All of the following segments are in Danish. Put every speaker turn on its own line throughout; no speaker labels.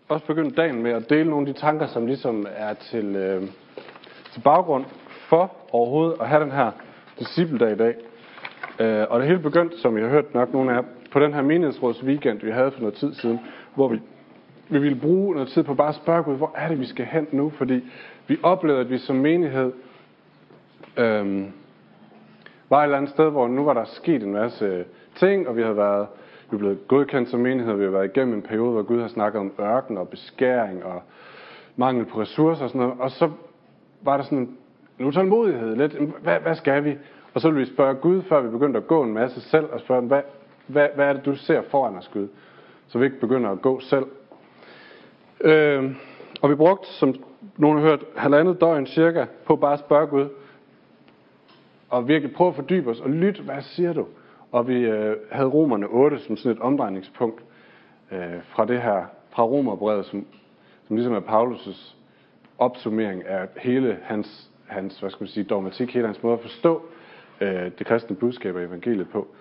også begynde dagen med at dele nogle af de tanker, som ligesom er til baggrund for overhovedet at have den her discipledag i dag. Og det hele begyndte, som I har hørt nok nogle af jer, på den her menighedsråds weekend, vi havde for noget tid siden, hvor vi ville bruge noget tid på bare at spørge Gud, hvor er det, vi skal hen nu? Fordi vi oplevede, at vi som menighed var et eller andet sted, hvor nu var der sket en masse ting, og vi er blevet godkendt som menighed, og vi har været igennem en periode, hvor Gud har snakket om ørken og beskæring og mangel på ressourcer og sådan noget. Og så var der sådan en utålmodighed lidt. Hvad skal vi? Og så ville vi spørge Gud, før vi begyndte at gå en masse selv, og spørge, hvad er det, du ser foran os, Gud? Så vi ikke begynder at gå selv. Og vi brugte, som nogen har hørt, 1,5 døgn cirka, på bare at spørge Gud, og virkelig prøve at fordybe os, og lytte, hvad siger du? Og vi havde Romerne 8 som sådan et omdrejningspunkt fra Romerbrevet, som ligesom er Paulus' opsummering af hele hans dogmatik, hele hans måde at forstå det kristne budskab af evangeliet på.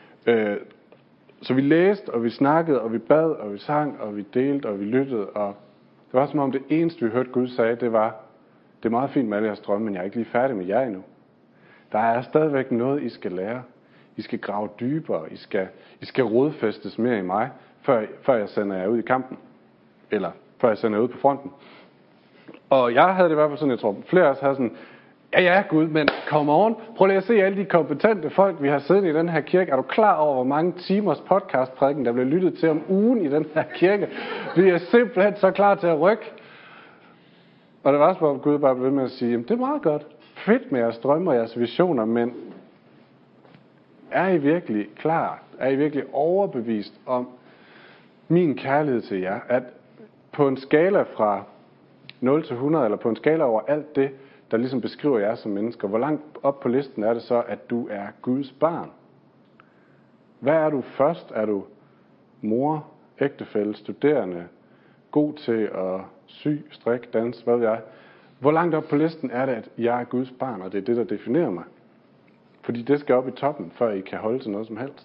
Så vi læste, og vi snakkede, og vi bad, og vi sang, og vi delte, og vi lyttede, og det var som om det eneste, vi hørte Gud sige, det var, det er meget fint med alle jeres drømme, men jeg er ikke lige færdig med jer endnu. Der er stadigvæk noget, I skal lære. I skal grave dybere. I skal rodfæstes mere i mig, før jeg sender jer ud i kampen. Eller før jeg sender jer ud på fronten. Og jeg havde det i hvert fald sådan, jeg tror, flere af os havde sådan, ja Gud, men come on. Prøv lige at se alle de kompetente folk, vi har siddet i den her kirke. Er du klar over, hvor mange timers podcastprædiken, der bliver lyttet til om ugen i den her kirke? Vi er simpelthen så klar til at rykke. Og det var også, hvor Gud bare blev ved med at sige, det er meget godt. Fedt med jeres drømme og jeres visioner, men er I virkelig klar? Er I virkelig overbevist om min kærlighed til jer? At på en skala fra 0 til 100, eller på en skala over alt det, der ligesom beskriver jer som mennesker, hvor langt op på listen er det så, at du er Guds barn? Hvad er du først? Er du mor, ægtefælle, studerende, god til at sy, strikke, danse, hvad ved jeg? Hvor langt op på listen er det, at jeg er Guds barn, og det er det, der definerer mig? Fordi det skal op i toppen, før I kan holde til noget som helst.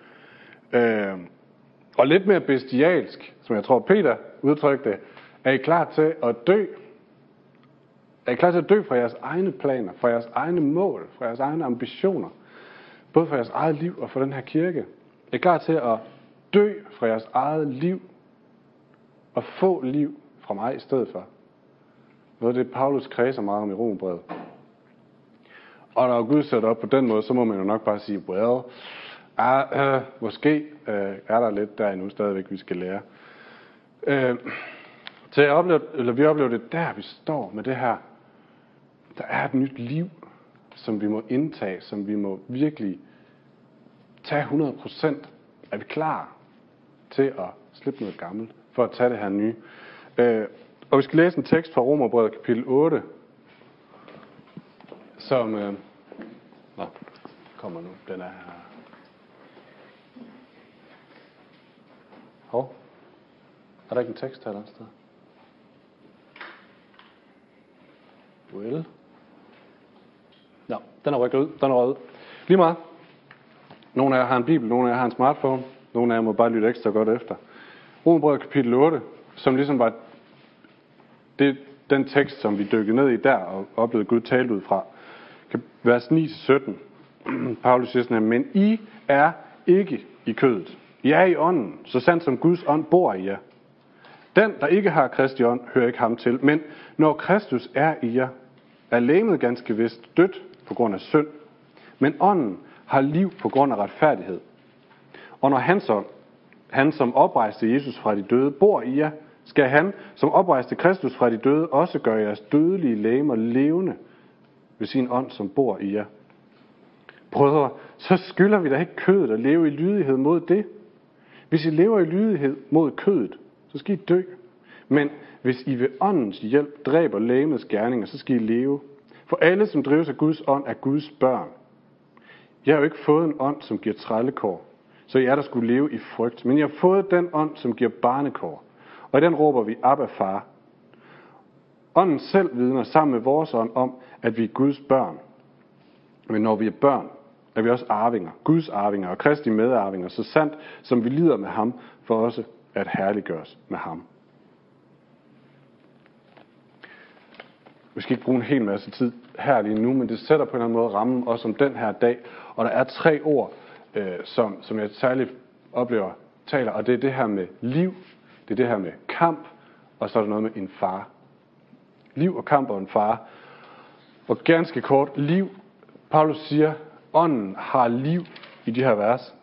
Og lidt mere bestialsk, som jeg tror Peter udtrykte, er I klar til at dø? Er I klar til at dø fra jeres egne planer, fra jeres egne mål, fra jeres egne ambitioner? Både for jeres eget liv og for den her kirke. Er I klar til at dø fra jeres eget liv og få liv fra mig i stedet for? Noget af det, Paulus kredser meget om i Romerbrevet. Og når Gud sætter op på den måde, så må man jo nok bare sige, måske er der lidt der endnu stadigvæk, vi skal lære. Vi oplever det der, vi står med det her. Der er et nyt liv, som vi må indtage, som vi må virkelig tage 100%. Er vi klar til at slippe noget gammelt, for at tage det her nye? Og vi skal læse en tekst fra Romerbrevet kapitel 8, som kommer nu. Den er her. Hov. Er der ikke en tekst her et sted? Well. Ja, den er rykket ud. Den er røget. Lige meget. Nogle af jer har en bibel, nogle af jer har en smartphone, nogle af jer må bare lytte ekstra godt efter. Romerbrevet kapitel 8, som ligesom var den tekst, som vi dykkede ned i der og oplevede Gud tale ud fra. Vers 9-17. Paulus siger sådan her, men I er ikke i kødet. I er i ånden, så sandt som Guds ånd bor i jer. Den, der ikke har Kristi ånd, hører ikke ham til. Men når Kristus er i jer, er legemet ganske vist dødt på grund af synd. Men ånden har liv på grund af retfærdighed. Og når hans ånd, han som oprejste Jesus fra de døde, bor i jer, skal han, som oprejste Kristus fra de døde, også gøre jeres dødelige legemer levende ved sin ånd, som bor i jer. Brødre, så skylder vi da ikke kødet at leve i lydighed mod det. Hvis I lever i lydighed mod kødet, så skal I dø. Men hvis I ved åndens hjælp dræber legemets gerninger, så skal I leve. For alle, som drives af Guds ånd, er Guds børn. Jeg har jo ikke fået en ånd, som giver trællekår, så I er der skulle leve i frygt. Men jeg har fået den ånd, som giver barnekår. Og i den råber vi, Abba, far. Ånden selv vidner sammen med vores ånd om, at vi er Guds børn. Men når vi er børn, er vi også arvinger, Guds arvinger og Kristi medarvinger, så sandt som vi lider med ham, for også at herliggøres med ham. vi skal ikke bruge en hel masse tid her lige nu, men det sætter på en eller anden måde rammen også om den her dag. Og der er 3 ord, som jeg særligt oplever taler, og det er det her med liv, det er det her med kamp, og så er der noget med en far. Liv og kamp og en far. Og ganske kort, liv. Paulus siger, ånden har liv i de her vers.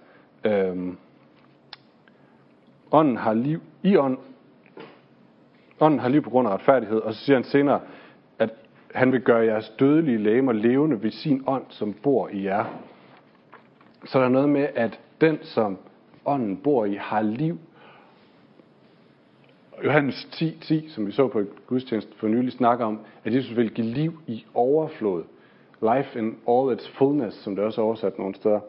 Ånden har liv i ånd. Ånden har liv på grund af retfærdighed. Og så siger han senere, at han vil gøre jeres dødelige legemer levende ved sin ånd, som bor i jer. Så der er noget med, at den, som ånden bor i, har liv. Johannes 10:10, som vi så på et gudstjeneste for nylig, snakker om, at Jesus vil give liv i overflod. Life in all its fullness, som det også er oversat nogle steder.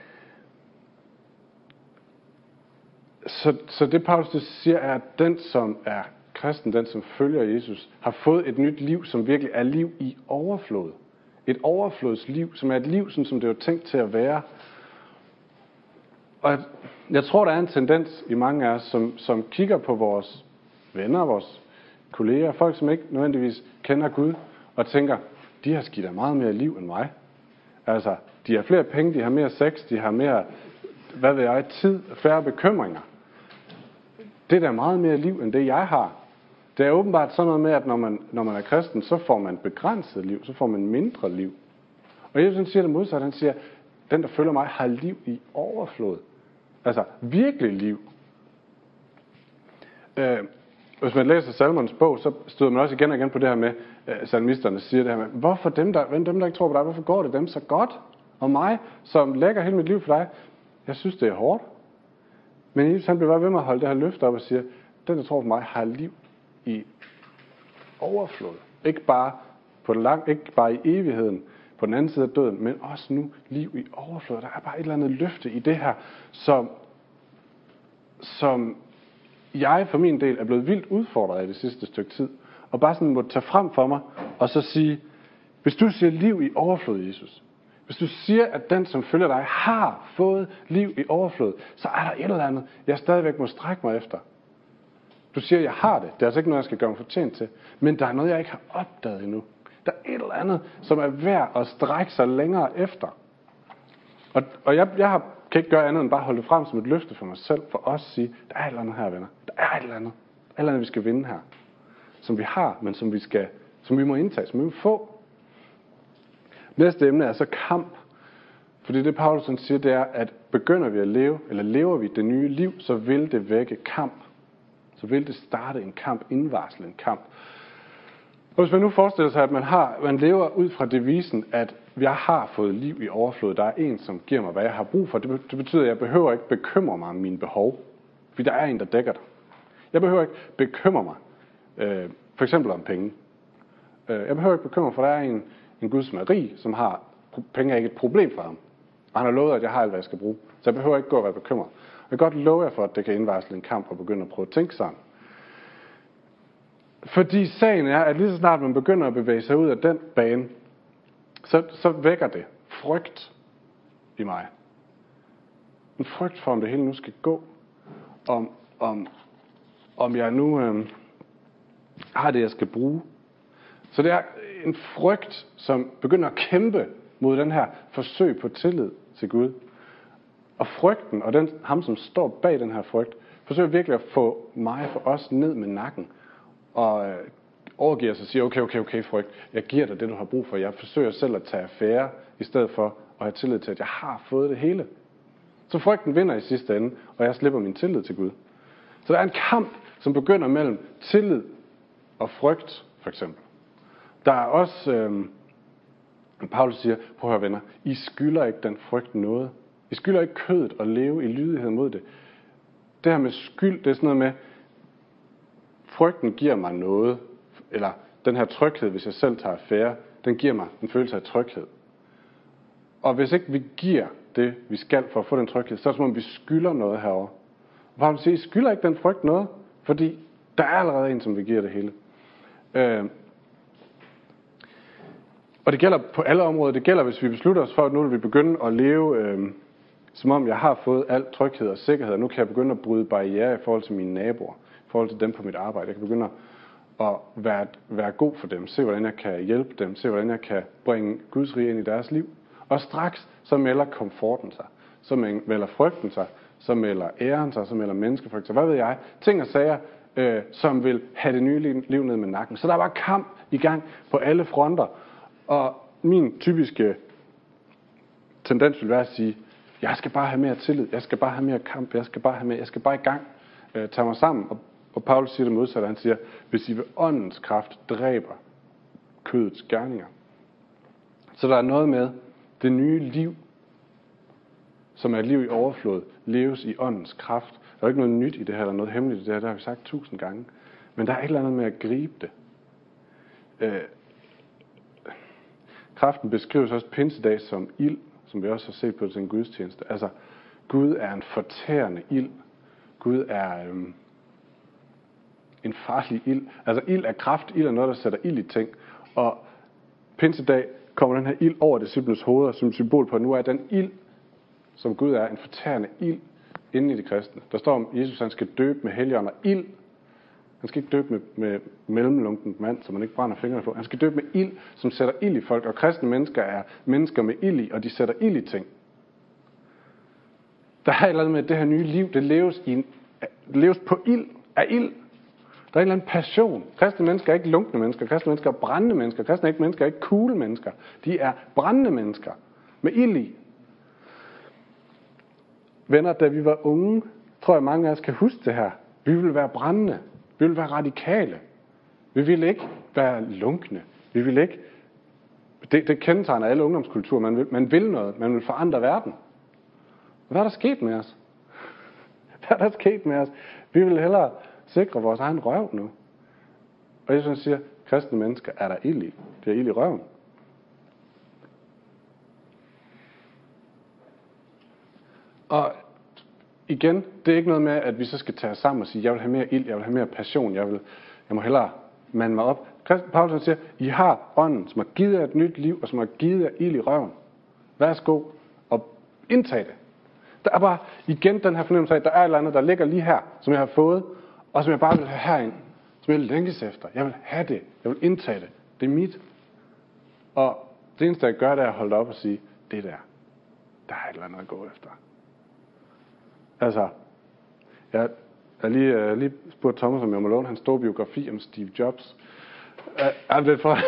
Så det Paulus siger, er, at den, som er kristen, den, som følger Jesus, har fået et nyt liv, som virkelig er liv i overflod. Et overflodsliv, som er et liv, sådan som det var tænkt til at være. Og jeg tror, der er en tendens i mange af os, som kigger på vores venner, vores kolleger, folk, som ikke nødvendigvis kender Gud, og tænker, de har skidt meget mere liv end mig. Altså, de har flere penge, de har mere sex, de har mere, hvad ved jeg, tid, færre bekymringer. Det er da meget mere liv, end det jeg har. Det er åbenbart sådan noget med, at når man er kristen, så får man begrænset liv, så får man mindre liv. Og Jesus siger det modsatte, han siger, den der følger mig har liv i overflod. Altså virkelig liv. Hvis man læser Salmernes bog, så støder man også igen og igen på det her med, salmisterne siger det her med, hvorfor dem der ikke tror på dig, hvorfor går det dem så godt? Og mig, som lægger hele mit liv for dig, jeg synes det er hårdt. Men Jesus, han bliver bare ved med at holde det her løfte op og siger, den der tror på mig har liv i overflod. Ikke bare på ikke bare i evigheden, på den anden side af døden, men også nu liv i overflod. Der er bare et eller andet løfte i det her, som jeg for min del er blevet vildt udfordret i det sidste stykke tid. Og bare sådan må tage frem for mig, og så sige, hvis du siger liv i overflod, Jesus, hvis du siger, at den, som følger dig, har fået liv i overflod, så er der et eller andet, jeg stadigvæk må strække mig efter. Du siger, at jeg har det. Det er altså ikke noget, jeg skal gøre mig fortjent til. Men der er noget, jeg ikke har opdaget endnu. Der er et eller andet, som er værd at strække sig længere efter. Og jeg kan ikke gøre andet end bare holde det frem som et løfte for mig selv, for os at sige, der er et eller andet her, venner. Der er et eller andet. Der er et eller andet, vi skal vinde her. Som vi har, men som vi må indtage, som vi må få. Næste emne er så kamp. Fordi det Paulus siger, det er, at begynder vi at leve, eller lever vi det nye liv, så vil det vække kamp. Så vil det starte en kamp, indvarsle en kamp. Og hvis man nu forestiller sig, at man lever ud fra devisen, at jeg har fået liv i overflod, der er en, som giver mig, hvad jeg har brug for. Det betyder, at jeg behøver ikke bekymre mig om mine behov. Fordi der er en, der dækker det. Jeg behøver ikke bekymre mig, for eksempel om penge. Jeg behøver ikke bekymre mig, for der er en Gud, som er rig, som har penge er ikke et problem for ham. Og han har lovet, at jeg har alt, hvad jeg skal bruge. Så jeg behøver ikke gå og være bekymret. Jeg kan godt love jer for, at det kan indvarsle en kamp og begynde at prøve at tænke sammen. Fordi sagen er, at lige så snart man begynder at bevæge sig ud af den bane, så vækker det frygt i mig. En frygt for, om det hele nu skal gå. Om jeg nu har det, jeg skal bruge. Så det er en frygt, som begynder at kæmpe mod den her forsøg på tillid til Gud. Og frygten, og ham som står bag den her frygt, forsøger virkelig at få mig, for os, ned med nakken. Og overgiver sig og siger, okay, frygt, jeg giver dig det, du har brug for. Jeg forsøger selv at tage affære, i stedet for at have tillid til, at jeg har fået det hele. Så frygten vinder i sidste ende, og jeg slipper min tillid til Gud. Så der er en kamp, som begynder mellem tillid og frygt, for eksempel. Der er også, Paulus siger, prøv at høre venner, I skylder ikke den frygt noget. I skylder ikke kødet at leve i lydighed mod det. Det her med skyld, det er sådan noget med, frygten giver mig noget, eller den her tryghed, hvis jeg selv tager affære, den giver mig en følelse af tryghed. Og hvis ikke vi giver det, vi skal for at få den tryghed, så er det som om vi skylder noget herovre. Og Paulus siger, I skylder ikke den frygt noget, fordi der er allerede en, som vi giver det hele. Og det gælder på alle områder. Det gælder, hvis vi beslutter os for, at nu vil vi begynde at leve, som om jeg har fået al tryghed og sikkerhed, og nu kan jeg begynde at bryde barrierer i forhold til mine naboer, i forhold til dem på mit arbejde. Jeg kan begynde og være god for dem. Se, hvordan jeg kan hjælpe dem. Se, hvordan jeg kan bringe Guds rige ind i deres liv. Og straks så melder komforten sig. Så melder frygten sig. Så melder æren sig. Så melder menneskefrygt sig. Hvad ved jeg? Ting og sager, som vil have det nye liv ned med nakken. Så der var kamp i gang på alle fronter. Og min typiske tendens vil være at sige, jeg skal bare have mere tillid. Jeg skal bare have mere kamp. Jeg skal bare i gang. Tage mig sammen. Og Paulus siger det modsatte. Han siger, hvis I ved åndens kraft dræber kødets gerninger. Så der er noget med det nye liv, som er et liv i overflod, leves i åndens kraft. Der er ikke noget nyt i det her, eller noget hemmeligt i det her, det har vi sagt 1000 gange. Men der er et eller andet med at gribe det. Kraften beskrives også pinsedag som ild, som vi også har set på til en gudstjeneste. Altså, Gud er en fortærende ild. Gud er en farlig ild. Altså, ild er kraft. Ild er noget, der sætter ild i ting. Og pinsedag kommer den her ild over disciplenes hoveder som symbol på, at nu er den ild, som Gud er, en fortærende ild inde i de kristne. Der står om, at Jesus han skal døbe med helligånd og ild. Han skal ikke døbe med mellemlunken mand, som man ikke brænder fingrene på. Han skal døbe med ild, som sætter ild i folk. Og kristne mennesker er mennesker med ild i, og de sætter ild i ting. Der er et eller andet med, at det her nye liv, det leves på ild, af ild. Der er en eller anden passion. Kristne mennesker er ikke lunkne mennesker. Kristne mennesker er brændende mennesker. Kristne mennesker er ikke cool mennesker. De er brændende mennesker med ild i. Venner, da vi var unge, tror jeg mange af os kan huske det her. Vi ville være brændende. Vi ville være radikale. Vi ville ikke være lunkne. Vi ville ikke... Det kendetegner alle ungdomskulturer. Man vil noget. Man vil forandre verden. Hvad er der sket med os? Hvad er der sket med os? Vi vil hellere sikre vores egen røv nu. Og Jesus siger, kristne mennesker er der ild i. Det er ild i røven. Og igen, det er ikke noget med, at vi så skal tage os sammen og sige, jeg vil have mere ild, jeg vil have mere passion, jeg må hellere mande mig op. Paulus siger, I har ånden, som har givet jer et nyt liv, og som har givet jer ild i røven. Værsgo og indtag det. Der er bare igen den her fornemmelse af, at der er et eller andet, der ligger lige her, som jeg har fået, og som jeg bare vil have herind, som jeg længes efter. Jeg vil have det. Jeg vil indtage det. Det er mit. Og det eneste, jeg gør, det er at holde op og sige, det der er et eller andet at gå efter. Altså, jeg lige spurgte Thomas, om jeg må låne hans store biografi om Steve Jobs. Jeg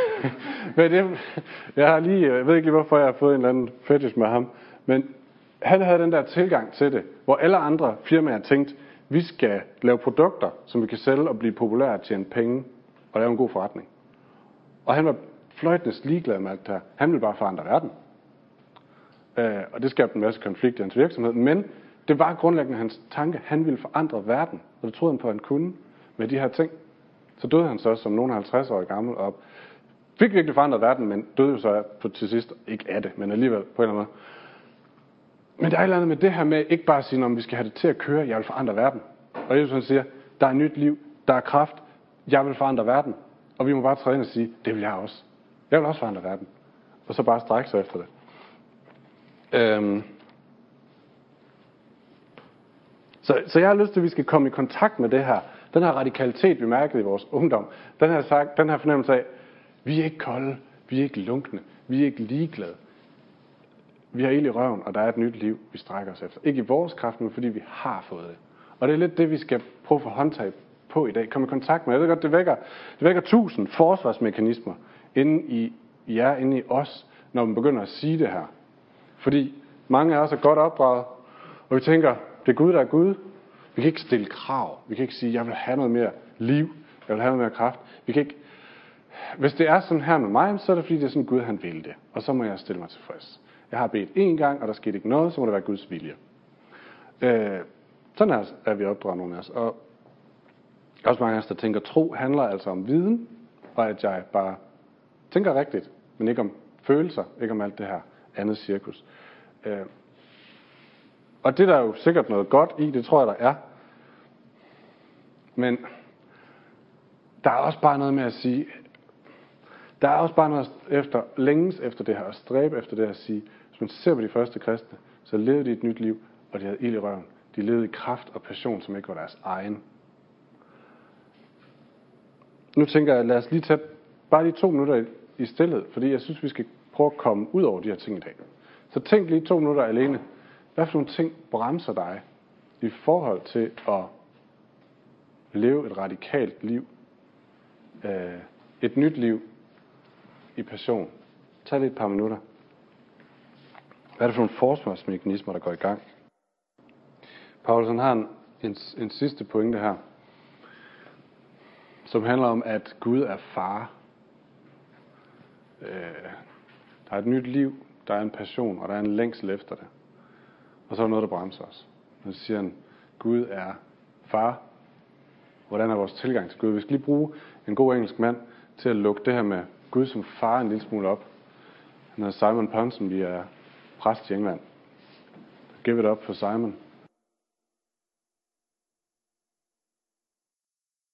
ved ikke lige, hvorfor jeg har fået en eller anden fetish med ham, men han havde den der tilgang til det, hvor alle andre firmaer tænkte, vi skal lave produkter, som vi kan sælge og blive populære og tjene penge og lave en god forretning. Og han var fløjtende ligeglad med alt det her. Han ville bare forandre verden. Og det skabte en masse konflikt i hans virksomhed, men det var grundlæggende hans tanke. Han ville forandre verden, og det troede han på, at han kunne med de her ting. Så døde han så som nogen 50 år gammel og fik virkelig forandret verden, men døde jo så til sidst ikke af det, men alligevel på en eller anden måde. Men der er et eller andet med det her med ikke bare at sige, om vi skal have det til at køre, jeg vil forandre verden. Og Jesus han siger, der er nyt liv, der er kraft, jeg vil forandre verden. Og vi må bare træde ind og sige, det vil jeg også. Jeg vil også forandre verden. Og så bare strække sig efter det. Så jeg har lyst til, at vi skal komme i kontakt med det her. Den her radikalitet, vi mærkede i vores ungdom. Den her fornemmelse af, vi er ikke kolde, vi er ikke lunkne, vi er ikke ligeglade. Vi har ild i røven, og der er et nyt liv, vi strækker os efter. Ikke i vores kraft, men fordi vi har fået det. Og det er lidt det, vi skal prøve at få håndtag på i dag. Kom i kontakt med. Jeg ved godt, det vækker 1000 forsvarsmekanismer inde i os, når man begynder at sige det her. Fordi mange af os er godt opdraget, og vi tænker, det er Gud, der er Gud. Vi kan ikke stille krav. Vi kan ikke sige, jeg vil have noget mere liv. Jeg vil have noget mere kraft. Vi kan ikke... Hvis det er sådan her med mig, så er det fordi, det er sådan Gud, han vil det. Og så må jeg stille mig tilfreds. Jeg har bedt én gang, og der skete ikke noget, så må det være Guds vilje. Sådan er vi opdraget nogle af os. Og også mange af os, der tænker, tro handler altså om viden, og at jeg bare tænker rigtigt, men ikke om følelser, ikke om alt det her andet cirkus. Og det der er jo sikkert noget godt i, det tror jeg, der er. Men der er også bare noget med at sige, der er også bare noget længes efter det her, og stræbe efter det her at sige, hvis man ser på de første kristne, så levede de et nyt liv, og de havde ild i røven. De levede i kraft og passion, som ikke var deres egen. nu tænker jeg, lad os lige tage bare lige 2 minutter i stillhed, fordi jeg synes, vi skal prøve at komme ud over de her ting i dag. Så tænk lige 2 minutter alene. Hvad for nogle ting bremser dig i forhold til at leve et radikalt liv, et nyt liv i passion? Tag lige et par minutter. Hvad er det for nogle forsvarsmekanismer, der går i gang? Paulus han har en sidste pointe her, som handler om, at Gud er far. Der er et nyt liv, der er en passion, og der er en længsel efter det. Og så er der noget, der bremser os. Så siger han, Gud er far. Hvordan er vores tilgang til Gud? Vi skal lige bruge en god engelsk mand til at lukke det her med Gud som far en lille smule op. Han hedder Simon Ponsen, vi er præst i England. Give it up for Simon.